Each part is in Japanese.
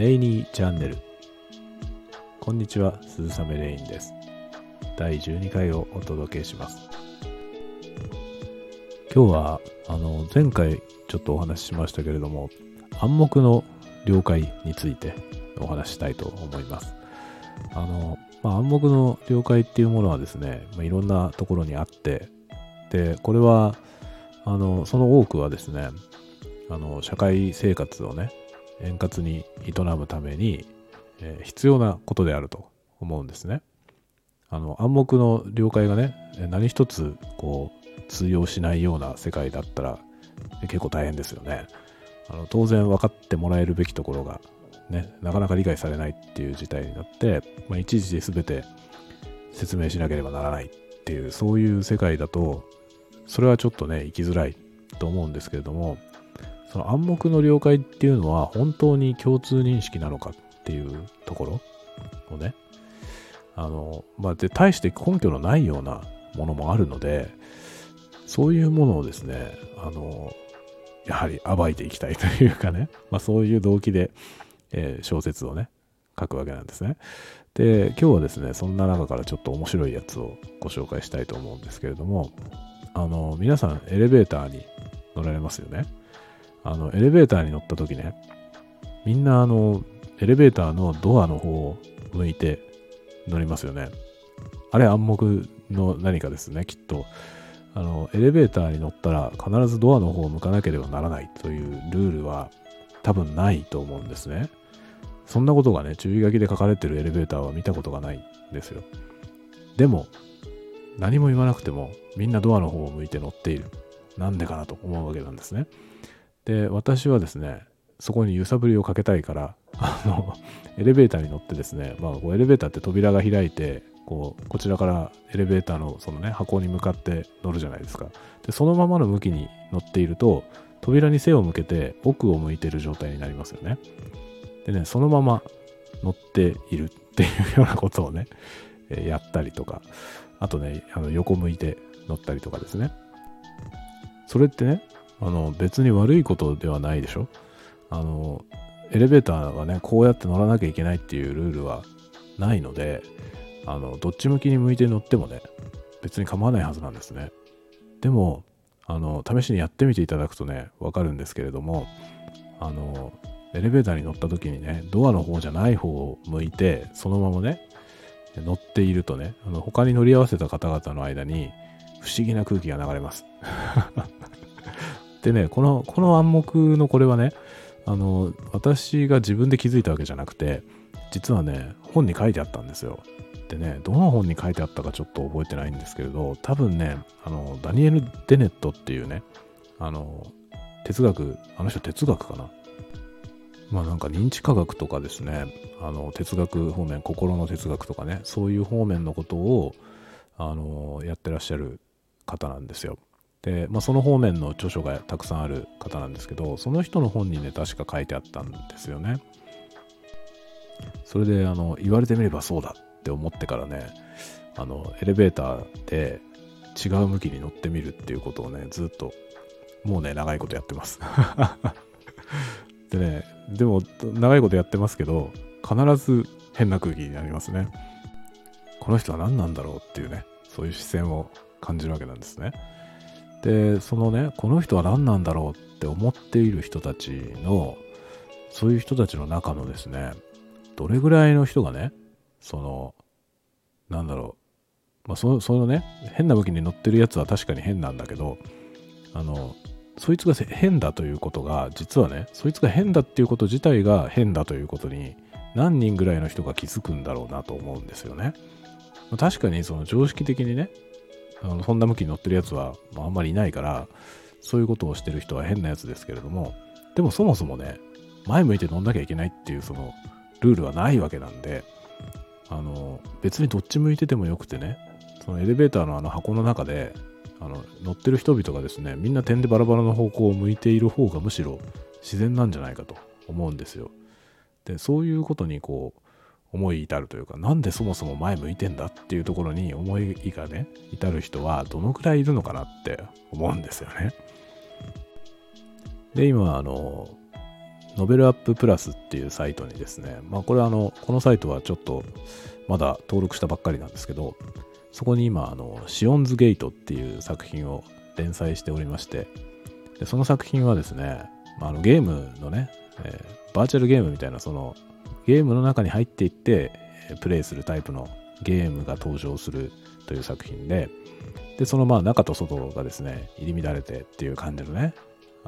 レイニーチャンネル。こんにちは、鈴雨レインです。第12回をお届けします。今日は前回ちょっとお話ししましたけれども、暗黙の了解についてお話ししたいと思います。暗黙の了解っていうものはですね、いろんなところにあって、でこれはその多くはですね、社会生活をね円滑に営むために、必要なことであると思うんですね。暗黙の了解がね何一つ通用しないような世界だったら結構大変ですよね。当然分かってもらえるべきところがねなかなか理解されないっていう事態になって、一時全て説明しなければならないっていう、そういう世界だとそれはちょっとね生きづらいと思うんですけれども、その暗黙の了解っていうのは本当に共通認識なのかっていうところをね、で大して根拠のないようなものもあるので、そういうものをですねやはり暴いていきたいというかね、そういう動機で、小説をね書くわけなんですね。で今日はですねそんな中からちょっと面白いやつをご紹介したいと思うんですけれども、皆さんエレベーターに乗られますよね。エレベーターに乗った時ね、みんなエレベーターのドアの方を向いて乗りますよね。あれ暗黙の何かですね、きっと。エレベーターに乗ったら必ずドアの方を向かなければならないというルールは多分ないと思うんですね。そんなことがね注意書きで書かれてるエレベーターは見たことがないんですよ。でも何も言わなくてもみんなドアの方を向いて乗っている。なんでかなと思うわけなんですね。で私はですねそこに揺さぶりをかけたいからエレベーターに乗ってですね、エレベーターって扉が開いてこちらからエレベーターのそのね箱に向かって乗るじゃないですか。でそのままの向きに乗っていると扉に背を向けて奥を向いている状態になりますよね。でねそのまま乗っているっていうようなことをね、やったりとか、あとね横向いて乗ったりとかですね。それってね別に悪いことではないでしょ。エレベーターはねこうやって乗らなきゃいけないっていうルールはないので、どっち向きに向いて乗ってもね別に構わないはずなんですね。でも試しにやってみていただくとねわかるんですけれども、エレベーターに乗った時にねドアの方じゃない方を向いてそのままね乗っているとね他に乗り合わせた方々の間に不思議な空気が流れますでねこの暗黙のこれはね私が自分で気づいたわけじゃなくて、実はね本に書いてあったんですよ。でねどの本に書いてあったかちょっと覚えてないんですけれど、多分ねダニエル・デネットっていうね哲学、あの人哲学かな、なんか認知科学とかですね哲学方面、心の哲学とかねそういう方面のことをやってらっしゃる方なんですよ。で、その方面の著書がたくさんある方なんですけど、その人の本にね確か書いてあったんですよね。それで言われてみればそうだって思ってからねエレベーターで違う向きに乗ってみるっていうことをねずっともうね長いことやってますでねでも長いことやってますけど必ず変な空気になりますね。この人は何なんだろうっていうね、そういう視線を感じるわけなんですね。でそのねこの人は何なんだろうって思っている人たちの、そういう人たちの中のですねどれぐらいの人がねそのね変な向きに乗ってるやつは確かに変なんだけど、そいつが変だということが、実はねそいつが変だっていうこと自体が変だということに何人ぐらいの人が気づくんだろうなと思うんですよね。確かにその常識的にねそんな向きに乗ってるやつは、あんまりいないから、そういうことをしてる人は変なやつですけれども、でもそもそもね前向いて乗んなきゃいけないっていうそのルールはないわけなんで、別にどっち向いててもよくてね、そのエレベーターの箱の中で乗ってる人々がですねみんな点でバラバラの方向を向いている方がむしろ自然なんじゃないかと思うんですよ。でそういうことに思い至るというか、なんでそもそも前向いてんだっていうところに思いがね至る人はどのくらいいるのかなって思うんですよね。で今ノベルアッププラスっていうサイトにですね、これはこのサイトはちょっとまだ登録したばっかりなんですけど、そこに今シオンズゲートっていう作品を連載しておりまして、でその作品はですね、ゲームのね、バーチャルゲームみたいな、そのゲームの中に入っていってプレイするタイプのゲームが登場するという作品で、その中と外がですね入り乱れてっていう感じのね、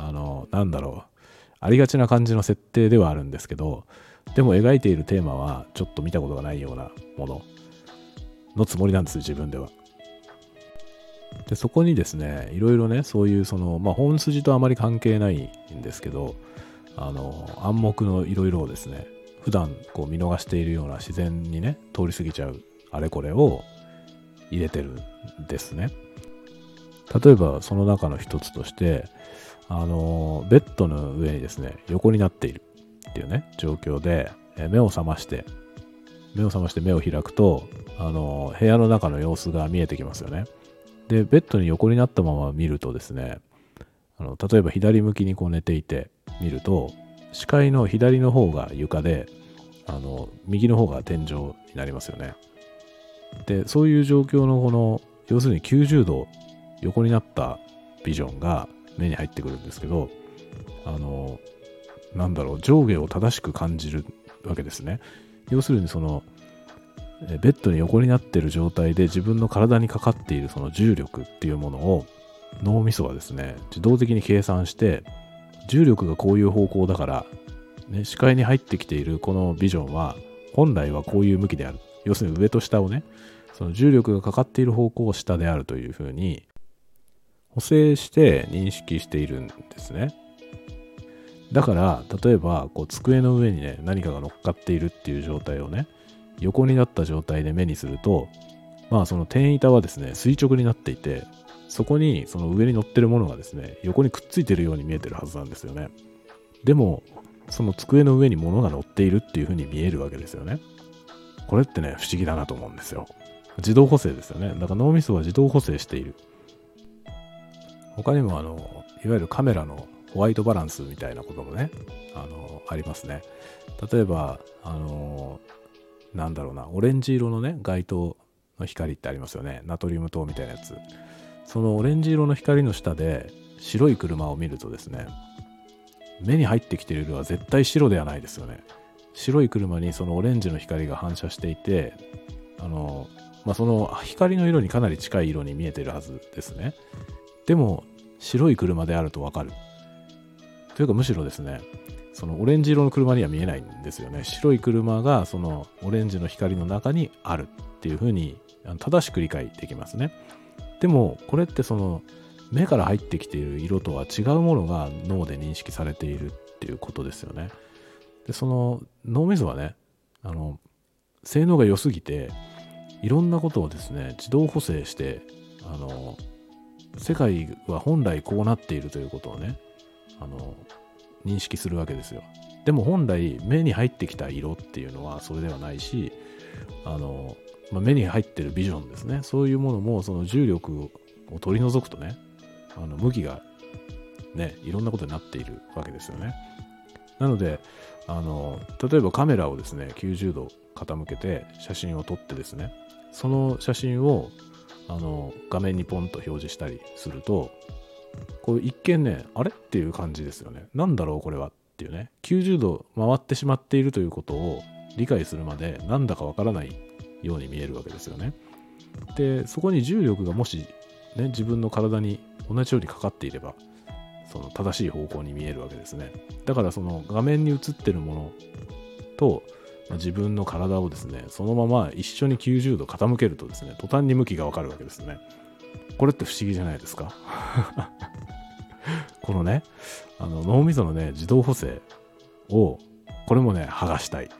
ありがちな感じの設定ではあるんですけど、でも描いているテーマはちょっと見たことがないようなもののつもりなんです、自分では。でそこにですね、いろいろね、そういう本筋とあまり関係ないんですけど、暗黙のいろいろをですね、普段こう見逃しているような自然にね通り過ぎちゃうあれこれを入れてるんですね。例えばその中の一つとして、ベッドの上にですね横になっているっていうね状況で、目を覚まして目を開くと部屋の中の様子が見えてきますよね。でベッドに横になったまま見るとですね、例えば左向きにこう寝ていて見ると、視界の左の方が床で右の方が天井になりますよね。でそういう状況の要するに90度横になったビジョンが目に入ってくるんですけど、上下を正しく感じるわけですね。要するにベッドに横になっている状態で自分の体にかかっているその重力っていうものを脳みそはですね自動的に計算して、重力がこういう方向だから、ね、視界に入ってきているこのビジョンは本来はこういう向きである、要するに上と下をね、その重力がかかっている方向を下であるというふうに補正して認識しているんですね。だから例えばこう机の上にね何かが乗っかっているっていう状態をね横になった状態で目にすると、その天板はですね垂直になっていて、そこにその上に乗ってるものがですね横にくっついてるように見えてるはずなんですよね。でもその机の上に物が乗っているっていう風に見えるわけですよね。これってね不思議だなと思うんですよ。自動補正ですよね。だから脳みそは自動補正している。他にもいわゆるカメラのホワイトバランスみたいなこともねありますね。例えばオレンジ色のね街灯の光ってありますよね。ナトリウム灯みたいなやつ。そのオレンジ色の光の下で白い車を見るとですね、目に入ってきている色は絶対白ではないですよね。白い車にそのオレンジの光が反射していて、その光の色にかなり近い色に見えているはずですね。でも白い車であるとわかる。というかむしろですね、そのオレンジ色の車には見えないんですよね。白い車がそのオレンジの光の中にあるっていう風に正しく理解できますね。でもこれってその目から入ってきている色とは違うものが脳で認識されているっていうことですよね。でその脳みそはね性能が良すぎていろんなことをですね自動補正して世界は本来こうなっているということをね認識するわけですよ。でも本来目に入ってきた色っていうのはそれではないし、目に入ってるビジョンですね、そういうものもその重力を取り除くとね向きがねいろんなことになっているわけですよね。なので例えばカメラをですね90度傾けて写真を撮ってですね、その写真を画面にポンと表示したりすると、こう一見ねあれっていう感じですよね。なんだろうこれはっていうね、90度回ってしまっているということを理解するまでなんだかわからないように見えるわけですよね。でそこに重力がもしね自分の体に同じようにかかっていればその正しい方向に見えるわけですね。だからその画面に映ってるものと自分の体をですねそのまま一緒に90度傾けるとですね途端に向きがわかるわけですね。これって不思議じゃないですかこのね脳みそのね自動補正をこれもね剥がしたい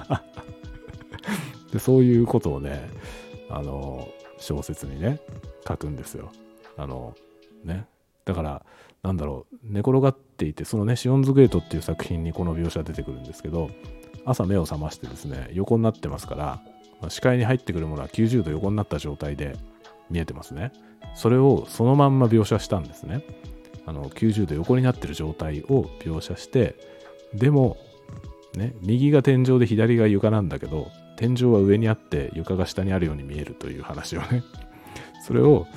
でそういうことをね小説にね書くんですよ。だから寝転がっていて、そのねシオンズゲートっていう作品にこの描写出てくるんですけど、朝目を覚ましてですね横になってますから、視界に入ってくるものは90度横になった状態で見えてますね。それをそのまんま描写したんですね。90度横になってる状態を描写して、 でも、ね、右が天井で左が床なんだけど、天井は上にあって床が下にあるように見えるという話をね、それを、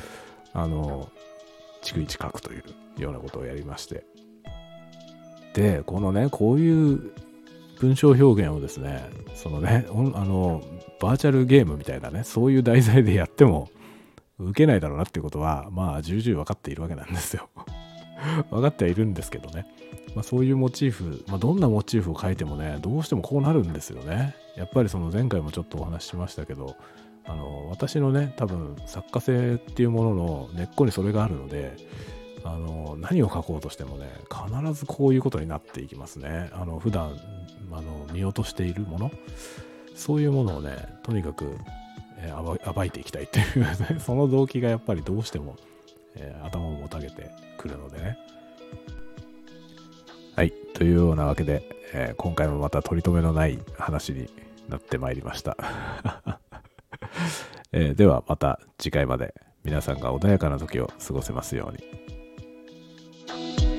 逐一書くというようなことをやりまして。で、このね、こういう文章表現をですね、そのね、バーチャルゲームみたいなね、そういう題材でやっても受けないだろうなっていうことは、まあ、重々分かっているわけなんですよ。分かってはいるんですけどね。そういうモチーフ、どんなモチーフを書いてもね、どうしてもこうなるんですよね。やっぱりその前回もちょっとお話ししましたけど、私のね、多分作家性っていうものの根っこにそれがあるので、何を書こうとしてもね、必ずこういうことになっていきますね。普段、見落としているもの、そういうものをね、とにかく、暴いていきたいっていうね、その動機がやっぱりどうしても、頭をもたげてくるのでね。はい。というようなわけで、今回もまた取り留めのない話になってまいりました。ではまた次回まで皆さんが穏やかな時を過ごせますように。